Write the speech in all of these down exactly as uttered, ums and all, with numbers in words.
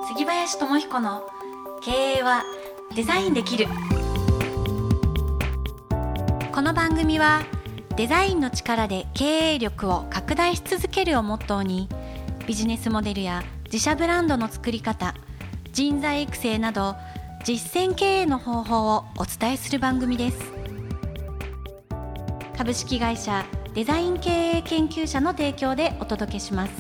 杉林智彦の経営はデザインできる。この番組はデザインの力で経営力を拡大し続けるをモットーに、ビジネスモデルや自社ブランドの作り方、人材育成など実践経営の方法をお伝えする番組です。株式会社デザイン経営研究者の提供でお届けします。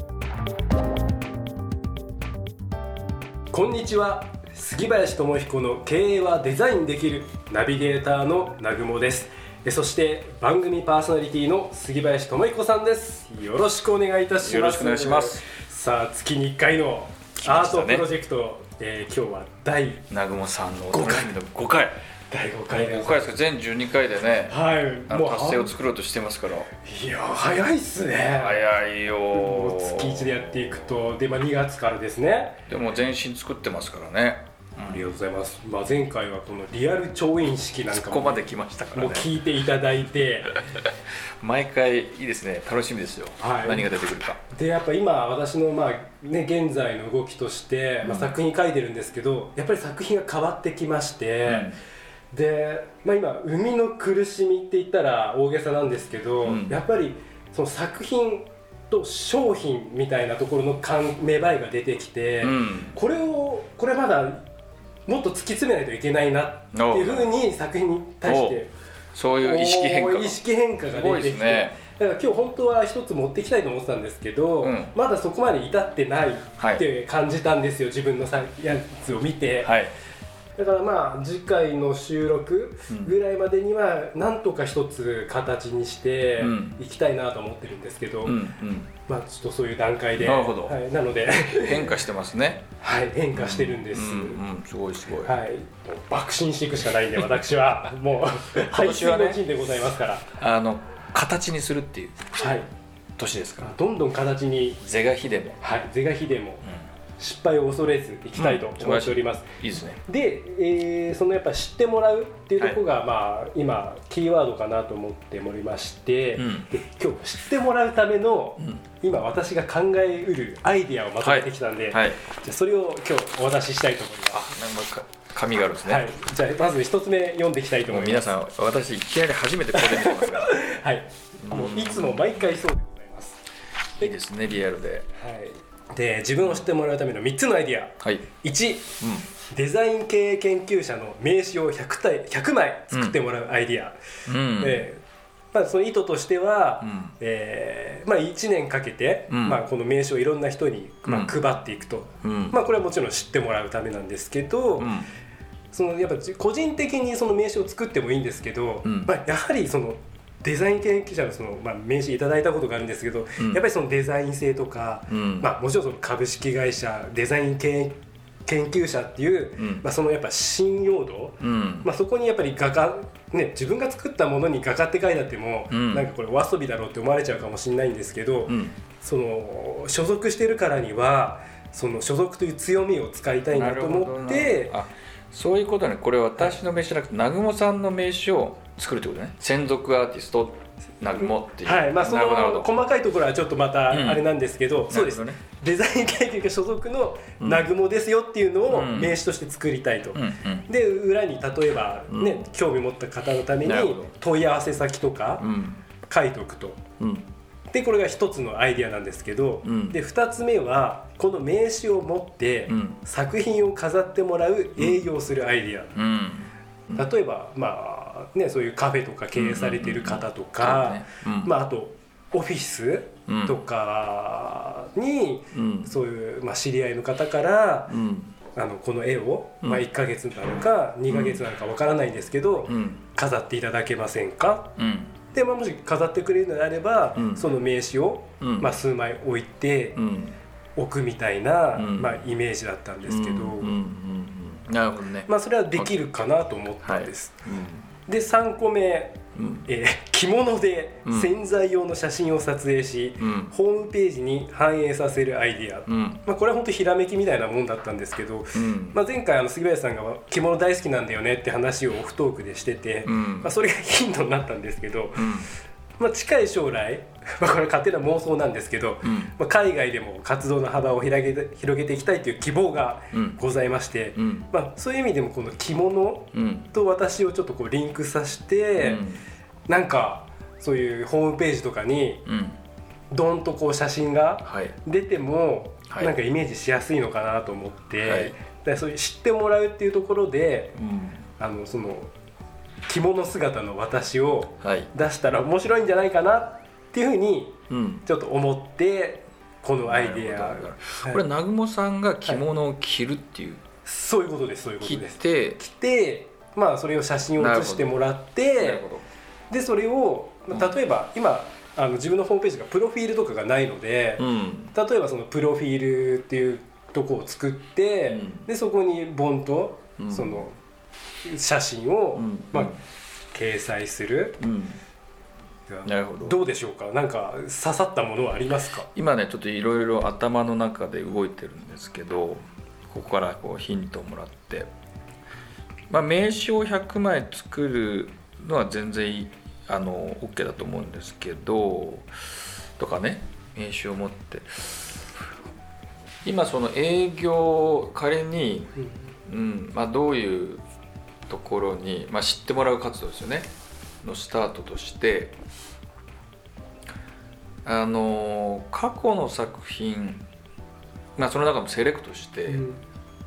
こんにちは。杉林智彦の経営はデザインできるナビゲーターの南雲です。そして番組パーソナリティの杉林智彦さんです。よろしくお願いいたします。 よろしくお願いします。 さあ、月にいっかいのアートプロジェクト、えー、今日は第南雲さんのごかいごかいだいごかいでごかいですか。全じゅうにかいでね、 はい、 あの達成を作ろうとしてますから。 いや早いっすね。 早いよ。 もう月いちでやっていくと、で、まあ、にがつからですね。 でも全身作ってますからね。 ありがとうございます。まあ、前回はこのリアル調印式なんかもそこまで来ましたからね。 もう聞いていただいて毎回いいですね。楽しみですよ、はい、何が出てくるか。 で、やっぱ今私の、まあね、現在の動きとして、まあ、作品書いてるんですけど、やっぱり作品が変わってきまして、うん、で、まあ、今生みの苦しみって言ったら大げさなんですけど、うん、やっぱりその作品と商品みたいなところの芽生えが出てきて、うん、これをこれまだもっと突き詰めないといけないなっていうふうに作品に対してそういう意識変化意識変化が出てきて、ね、だから今日本当は一つ持ってきたいと思ってたんですけど、うん、まだそこまで至ってないって感じたんですよ、はい、自分のやつを見て、はい、だからまあ次回の収録ぐらいまでにはなんとか一つ形にしていきたいなと思ってるんですけど、うんうん、まあちょっとそういう段階で、 なるほど、 はい、なので変化してますね。 はい、変化してるんです、 うんうんうん、すごいすごい、 はい、爆心していくしかないんで私はもう排水の陣でございますから、 あの形にするっていう年ですから、 はい、どんどん形に是が非でも、 はい、是が非でも、うん、失敗を恐れずいきたいと思っております、 うん、いいですね。 で、えー、そのやっぱ知ってもらうっていうところが、はい、まあ、今キーワードかなと思っておりまして、うん、で今日知ってもらうための、うん、今私が考えうるアイディアをまとめてきたんで、はいはい、じゃあそれを今日お渡ししたいと思います。 あ、なんか紙があるんですね、 はい、じゃあまず一つ目読んでいきたいと思います。 皆さん、私いきなり初めてここで見てますがはい、もういつも毎回そうでございます。 いいですね、リアルで。 はい、で、自分を知ってもらうためのみっつのアイディア、はい、いち、うん、デザイン経営研究者の名刺をひゃくたいひゃくまい作ってもらうアイディア、うんでまあ、その意図としては、うんえーまあ、いちねんかけて、うんまあ、この名刺をいろんな人に、まあ、配っていくと、うんまあ、これはもちろん知ってもらうためなんですけど、うん、そのやっぱ個人的にその名刺を作ってもいいんですけど、うんまあ、やはりそのデザイン研究者のその、まあ、名刺いただいたことがあるんですけど、うん、やっぱりそのデザイン性とか、うんまあ、もちろんその株式会社デザイン研究者っていう、うんまあ、そのやっぱ信用度、うんまあ、そこにやっぱり画家、ね、自分が作ったものに画家って書いてあっても、うん、なんかこれお遊びだろうって思われちゃうかもしれないんですけど、うん、その所属してるからにはその所属という強みを使いたいなと思って。 あ、そういうことね。これ私の名刺じゃなくて南雲さんの名刺を作るってことね。専属アーティスト南雲っていう、 はいまあ、その細かいところはちょっとまたあれなんですけど、うん、そうです、ね、デザイン研究家所属の南雲ですよっていうのを名刺として作りたいと、うんうん、で裏に例えば、ねうん、興味持った方のために問い合わせ先とか書いておくと、うん、でこれが一つのアイデアなんですけど、うん、でふたつめはこの名刺を持って作品を飾ってもらう営業するアイデア、うんうん、例えばまあね、そういうカフェとか経営されている方とか、まあ、あとオフィスとかに、うん、そういう、まあ、知り合いの方から、うん、あのこの絵を、まあ、いっかげつなのかにかげつなのかわからないんですけど、うん、飾っていただけませんか、うん、で、まあ、もし飾ってくれるのであれば、うん、その名刺を、うんまあ、数枚置いて、うん、置くみたいな、うんまあ、イメージだったんですけど、うんうんうんうん、なるほどね。 まあ、それはできるかなと思ったんです、はいうんでさんこめ、うんえー、着物で洗剤用の写真を撮影し、うん、ホームページに反映させるアイディア、うんまあ、これは本当ひらめきみたいなもんだったんですけど、うんまあ、前回あの杉林さんが着物大好きなんだよねって話をオフトークでしてて、うんまあ、それがヒントになったんですけど、うんまあ、近い将来まあこれ勝手な妄想なんですけど、うんまあ、海外でも活動の幅を広げて、広げていきたいという希望がございまして、うんうんまあ、そういう意味でもこの着物と私をちょっとこうリンクさせて、うん、なんかそういうホームページとかにドンとこう写真が出てもなんかイメージしやすいのかなと思って、はい、でそういう知ってもらうっていうところで、うん、あのその着物姿の私を出したら面白いんじゃないかなっていうふうにちょっと思ってこのアイデア、はい、 これ南雲さんが着物を着るっていう、はい、 そういうことですそういうことです着て着て、まあ、それを写真を写してもらってでそれを例えば今あの自分のホームページがプロフィールとかがないので、うん、例えばそのプロフィールっていうとこを作って、うん、でそこにボンとその写真を、うんまあ、掲載する、うん、なるほど。どうでしょうか。なんか刺さったものはありますか。 今ねちょっといろいろ頭の中で動いてるんですけどここからこうヒントをもらって、まあ、名刺をひゃくまい作るのは全然いいあの OK だと思うんですけどとかね名刺を持って今その営業仮に、うんまあ、どういうところに、まあ、知ってもらう活動ですよねのスタートとしてあの過去の作品、まあ、その中もセレクトして、うん、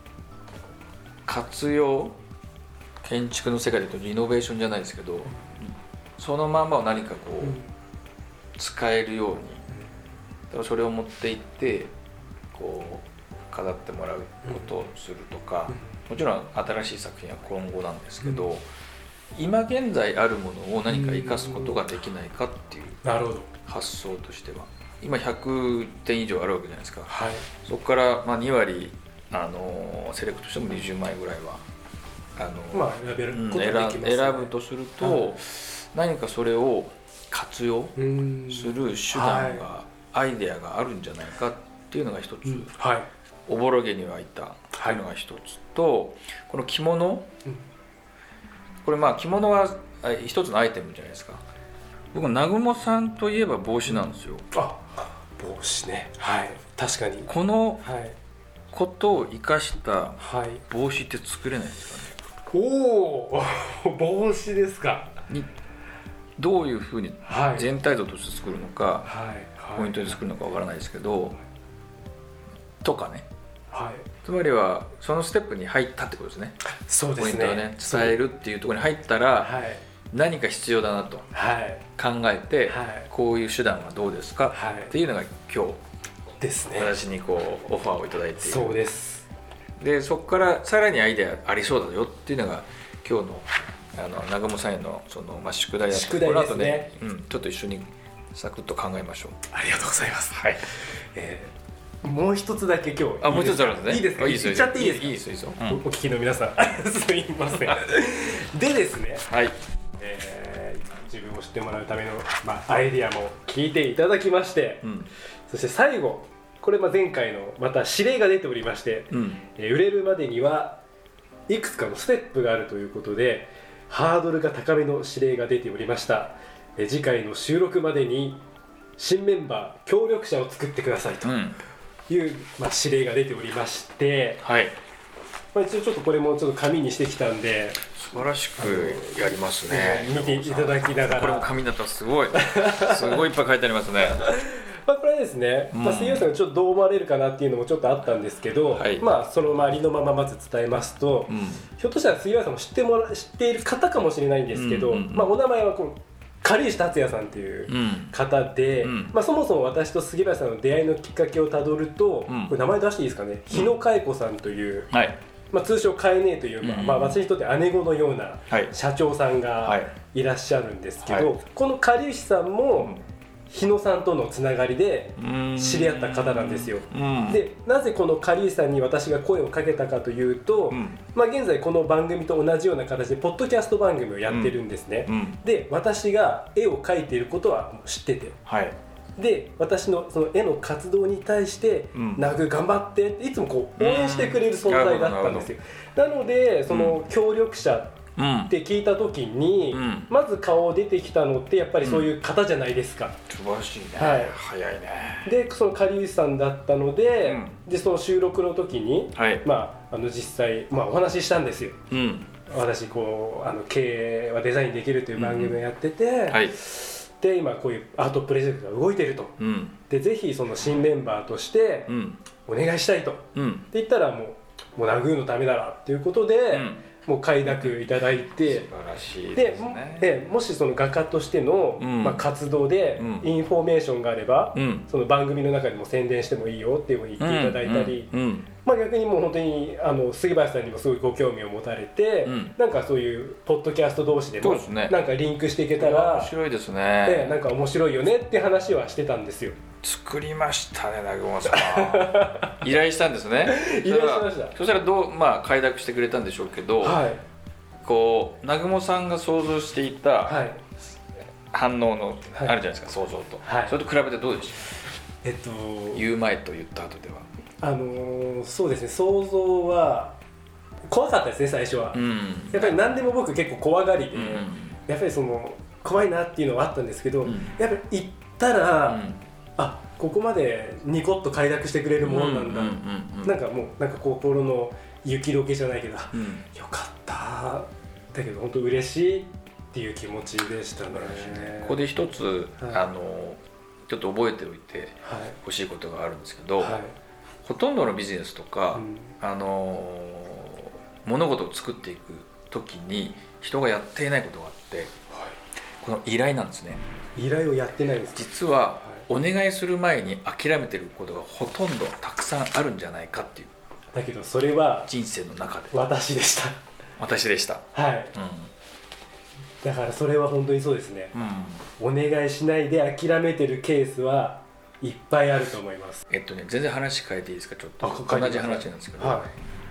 活用建築の世界で言うとリノベーションじゃないですけどそのままを何かこう、うん、使えるようにだからそれを持っていってこう飾ってもらうことをするとか、うんもちろん新しい作品は今後なんですけど、うん、今現在あるものを何か生かすことができないかっていう発想としては今ひゃくてん以上あるわけじゃないですか、はい、そこからまあに割あのセレクトしてもにじゅうまいぐらいはあの、まあ、選べることができますね、選ぶとすると、はい、何かそれを活用する手段が、はい、アイデアがあるんじゃないかっていうのが一つ、うんはいおぼろげにはいたというのが一つと、はい、この着物、うん、これまあ着物は一つのアイテムじゃないですか。僕南雲さんといえば帽子なんですよ。 あ、帽子ね。はい、確かに。 このことを生かした帽子って作れないですかね。 はい、おお、帽子ですか。 にどういうふうに全体像として作るのか、はいはい、ポイントで作るのかわからないですけど、はい、とかね。はい、つまりはそのステップに入ったってことですね。 そうですね。 ポイントをね伝えるっていうところに入ったら、はい、何か必要だなと考えて、はい、こういう手段はどうですか、はい、っていうのが今日ですね。 私にこうオファーをいただいている。 そうです。 でそこからさらにアイデアありそうだよっていうのが今日のあの南雲さんへのそのまあ宿題だった。 宿題ですね。 この後ね、うん、ちょっと一緒にサクッと考えましょう。 ありがとうございます。はい。えーもう一つだけ今日あもう一つあるんですね。 いいですか。 いいですよ。 言っちゃっていいですか。 いいですよ。いいですよ。 うん、お聞きの皆さんすいませんでですね、 はいえー、自分を知ってもらうための、まあ、アイディアも聞いていただきまして、うん、そして最後これまあ前回のまた指令が出ておりまして、うんえー、売れるまでにはいくつかのステップがあるということでハードルが高めの指令が出ておりました。えー、次回の収録までに新メンバー協力者を作ってくださいと、うんいう、まあ、指令が出ておりまして、はいまあ、一応ちょっとこれもちょっと紙にしてきたんで素晴らしくやりますね。 見ていただきながらこれも紙だったらすごいすごいいっぱい書いてありますねまあこれはですね、うんまあ、杉浦さんがちょっとどう思われるかなっていうのもちょっとあったんですけど、はいまあ、そのまあありのまままず伝えますと、うん、ひょっとしたら杉浦さんも知ってもら知っている方かもしれないんですけど、うんうんうんまあ、お名前はこう狩石達也さんという方で、うんまあ、そもそも私と杉林さんの出会いのきっかけをたどると、うん、これ名前出していいですかね、日野佳恵子さんという、はいまあ、通称カエネという、まあまあ、私にとって姉子のような社長さんがいらっしゃるんですけど、はいはい、この狩石さんも、うん日野さんとのつながりで知り合った方なんですよ。でなぜこの狩石さんに私が声をかけたかというと、うんまあ、現在この番組と同じような形でポッドキャスト番組をやってるんですね、うんうん、で私が絵を描いていることは知ってて、はい、で私のその絵の活動に対して「ナグ頑張って」っていつもこう応援してくれる存在だったんですよ。なのでその協力者って聞いた時に、うん、まず顔出てきたのってやっぱりそういう方じゃないですか、うん、 素晴らしいね、はい、早いね。 でその狩内さんだったので、うん、でその収録の時に、はい、まあ、あの実際、まあ、お話ししたんですよ、うん、私こうあの経営はデザインできるという番組をやってて、うん、はい、で今こういうアートプロジェクトが動いてると、うん、でぜひその新メンバーとしてお願いしたいと、うん、って言ったらもうもうナグーのためならっていうことで、うん、もう快諾いただいて、 素晴らしいですね。 で、でもしその画家としての、うん、まあ、活動でインフォメーションがあれば、うん、その番組の中でも宣伝してもいいよっていうふうに言っていただいたり、うんうんうん、まあ、逆にもう本当にあの杉林さんにもすごいご興味を持たれて、うん、なんかそういうポッドキャスト同士でもなんかリンクしていけたら面白いですね。 でなんか面白いよねって話はしてたんですよ。 作りましたね、南雲さん依頼したんですね依頼しました。 そしたらどう、まあ、快諾してくれたんでしょうけど、はい、こう南雲さんが想像していた反応の、はい、あるじゃないですか、想像と、はい、それと比べてどうでしょう。えっと言う前と言った後ではあのー、そうですね、想像は怖かったですね最初は、うん、やっぱり何でも僕結構怖がりで、うん、やっぱりその怖いなっていうのはあったんですけど、うん、やっぱり行ったら、うん、あ、ここまでニコッと快諾してくれるものなんだ、なんかもうなんか心の雪解けじゃないけど、うん、よかっただけど本当嬉しいっていう気持ちでしたね。 ここで一つ、はい、あのちょっと覚えておいてほしいことがあるんですけど、はい、ほとんどのビジネスとか、うん、あの物事を作っていく時に人がやっていないことがあって、はい、この依頼なんですね。 依頼をやってないんですか。 実はお願いする前に諦めてることがほとんどたくさんあるんじゃないかっていう。 だけどそれは人生の中で私でした私でしたはい、うん、だからそれは本当にそうですね、うん、お願いしないで諦めてるケースはいっぱいあると思います。 えっとね全然話変えていいですか。ちょっと同じ話なんですけど、はい、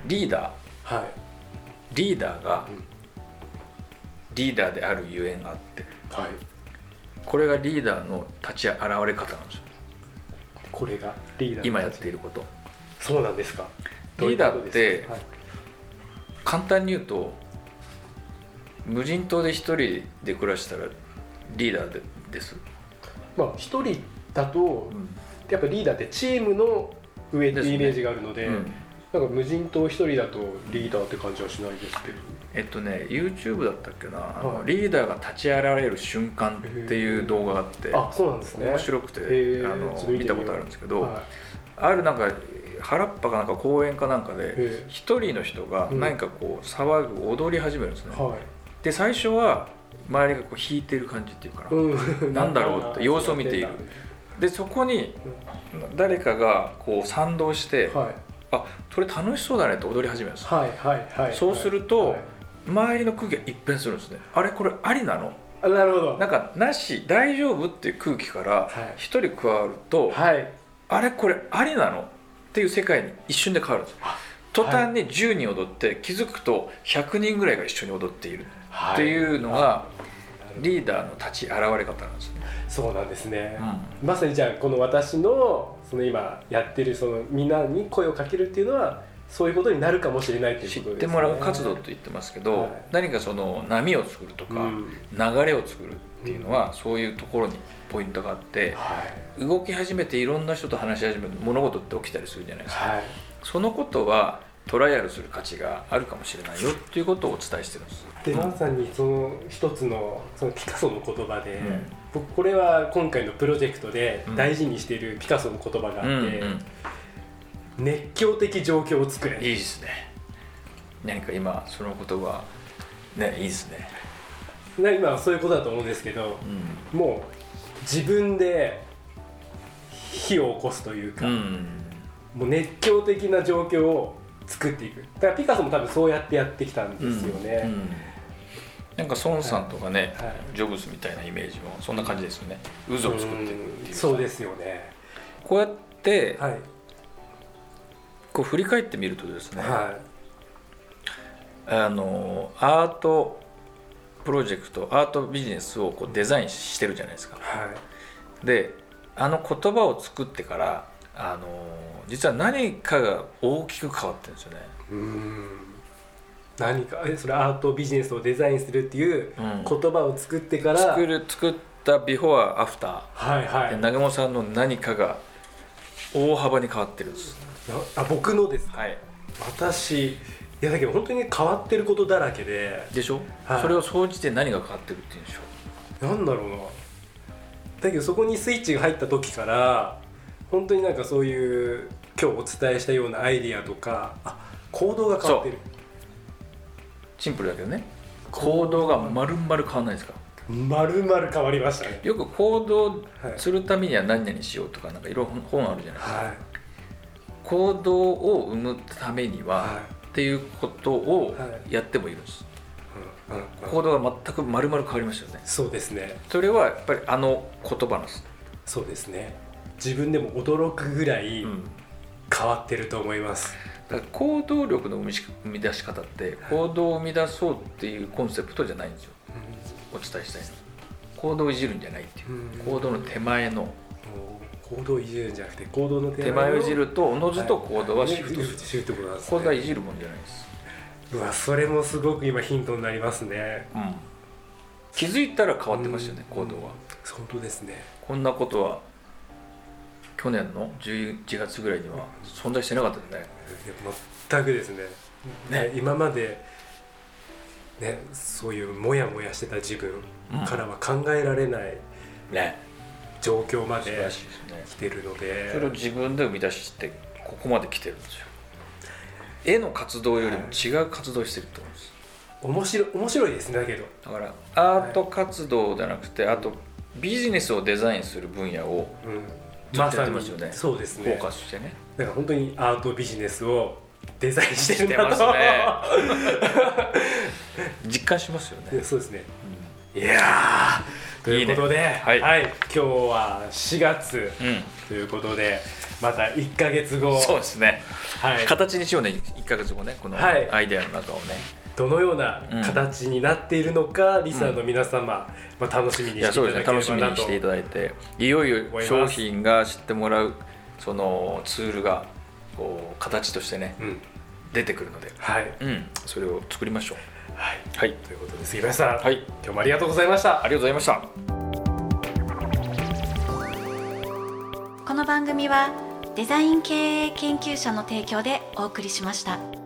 リーダー、はい、リーダーがリーダーであるゆえんがあって、はい、これがリーダーの立ち現れ方なんですよ。 これがリーダー今やっていること。 そうなんですか。 リーダーって、はい、簡単に言うと無人島で一人で暮らしたらリーダーでです。 まあ一人だと、うん、やっぱリーダーってチームの上っていうイメージがあるので、うん、なんか無人島一人だとリーダーって感じはしないですけど。 えっとね YouTube だったっけな、はい、リーダーが立ち現れる瞬間っていう動画があって、 あ、そうなんですね。 面白くてあの見たことあるんですけど、はい、あるなんか原っぱかなんか公園かなんかで一人の人が何かこう騒ぐ踊り始めるんですね、はい、で最初は周りがこう弾いてる感じっていうかな、うん、なんだろうって様子を見ている。でそこに誰かがこう賛同して、はい、あ、それ楽しそうだねって踊り始めるんです、はいはいはい、そうすると、はい、周りの空気が一変するんですね。あれこれありなの、 あ、なるほど、 なんかなし大丈夫っていう空気から一人加わると、はい、あれこれありなのっていう世界に一瞬で変わるんです。途端にじゅうにん踊って気づくとひゃくにんぐらいが一緒に踊っているっていうのがリーダーの立ち現れ方なんですね。 そうなんですね、うん、まさにじゃあこの私のその今やってるそのみんなに声をかけるっていうのはそういうことになるかもしれないということですね。 知ってもらう活動と言ってますけど、はい、何かその波を作るとか、うん、流れを作るっていうのは、うん、そういうところにポイントがあって、はい、動き始めていろんな人と話し始める物事って起きたりするじゃないですか、はい、そのことはトライアルする価値があるかもしれないよっていうことをお伝えしてるんです。 で、まさにその一つのそのピカソの言葉で、うん、僕これは今回のプロジェクトで大事にしているピカソの言葉があって、うんうんうん、熱狂的状況を作れ。 いいですね。何か今その言葉ね、いいですね。 今はそういうことだと思うんですけど、うん、もう自分で火を起こすというか、うん、もう熱狂的な状況を作っていく。だからピカソも多分そうやってやってきたんですよね、うんうん、 なんか孫さんとかね、はいはい、ジョブズみたいなイメージもそんな感じですよね。渦を作っていくっていう。 そうですよね。 こうやって、はい、こう振り返ってみるとですね、はい、あのアートプロジェクト、アートビジネスをこうデザインしてるじゃないですか、はい、であの言葉を作ってからあの実は何かが大きく変わってるんですよね。うーん、 何かそれアートビジネスをデザインするっていう言葉を作ってから、 うん、作る作ったビフォーアフター、 はいはい、 南雲さんの何かが大幅に変わってるんです。 あ、僕のですか。 はい、 私いやだけど本当に変わってることだらけででしょ、はい、それを総じて何が変わってるっていうんでしょう。なんだろうな。だけどそこにスイッチが入った時から本当になんかそういう今日お伝えしたようなアイディアとか、あ、行動が変わってる。 シンプルだけどね、行動が丸々変わらないですか。 丸々変わりましたね。 よく行動するためには何々しようとかなんかいろいろ本あるじゃないですか、はい、行動を生むためには、はい、っていうことをやってもいるんです、はい、うんうん、行動が全く丸々変わりましたよね。 そうですね。 それはやっぱりあの言葉なんです。 そうですね。自分でも驚くぐらい変わってると思います、 うん、だから行動力の生み出し方って行動を生み出そうっていうコンセプトじゃないんですよ、うん、お伝えしたいの。行動をいじるんじゃないっていう、うん、行動の手前の、 行動をいじるんじゃなくて行動の手前手前をいじるとおのずと行動はシフトする、 はい、 行動はいじるもんじゃないです。 うわ、それもすごく今ヒントになりますね、うん、 気づいたら変わってましたよね、うん、行動は。 本当ですね。 こんなことは去年のじゅういちがつぐらいには存在してなかったですね。 全くですね。ね、今まで、ね、そういうモヤモヤしてた自分からは考えられない状況まで来てるので、 それを自分で生み出してここまで来てるんですよ。絵の活動よりも違う活動してると思うんです。 面白い、面白いですね。だけどだからアート活動じゃなくて、あとビジネスをデザインする分野を、うん、まさにそうですね、 フォーカスしてね。 だから本当にアートビジネスをデザインしてるんだとしてますね実感しますよね。 そうですね、うん、いやー、ということで、いいね、はいはい、今日はしがつ、うん、ということでまたいっかげつご、 そうですね、はい、形にしようね。いっかげつごね、このアイデアの中をね、はい、 どのような形になっているのか、うん、リスナーの皆様、まあ、楽しみにしていただければなと。 楽しみにしていただいて、いよいよ商品が知ってもらうそのツールがこう形としてね、うん、出てくるので、はい、うん、それを作りましょう。 はい、はい、ということで杉林さん、はい、今日もありがとうございました。 ありがとうございました。 この番組はデザイン経営研究者の提供でお送りしました。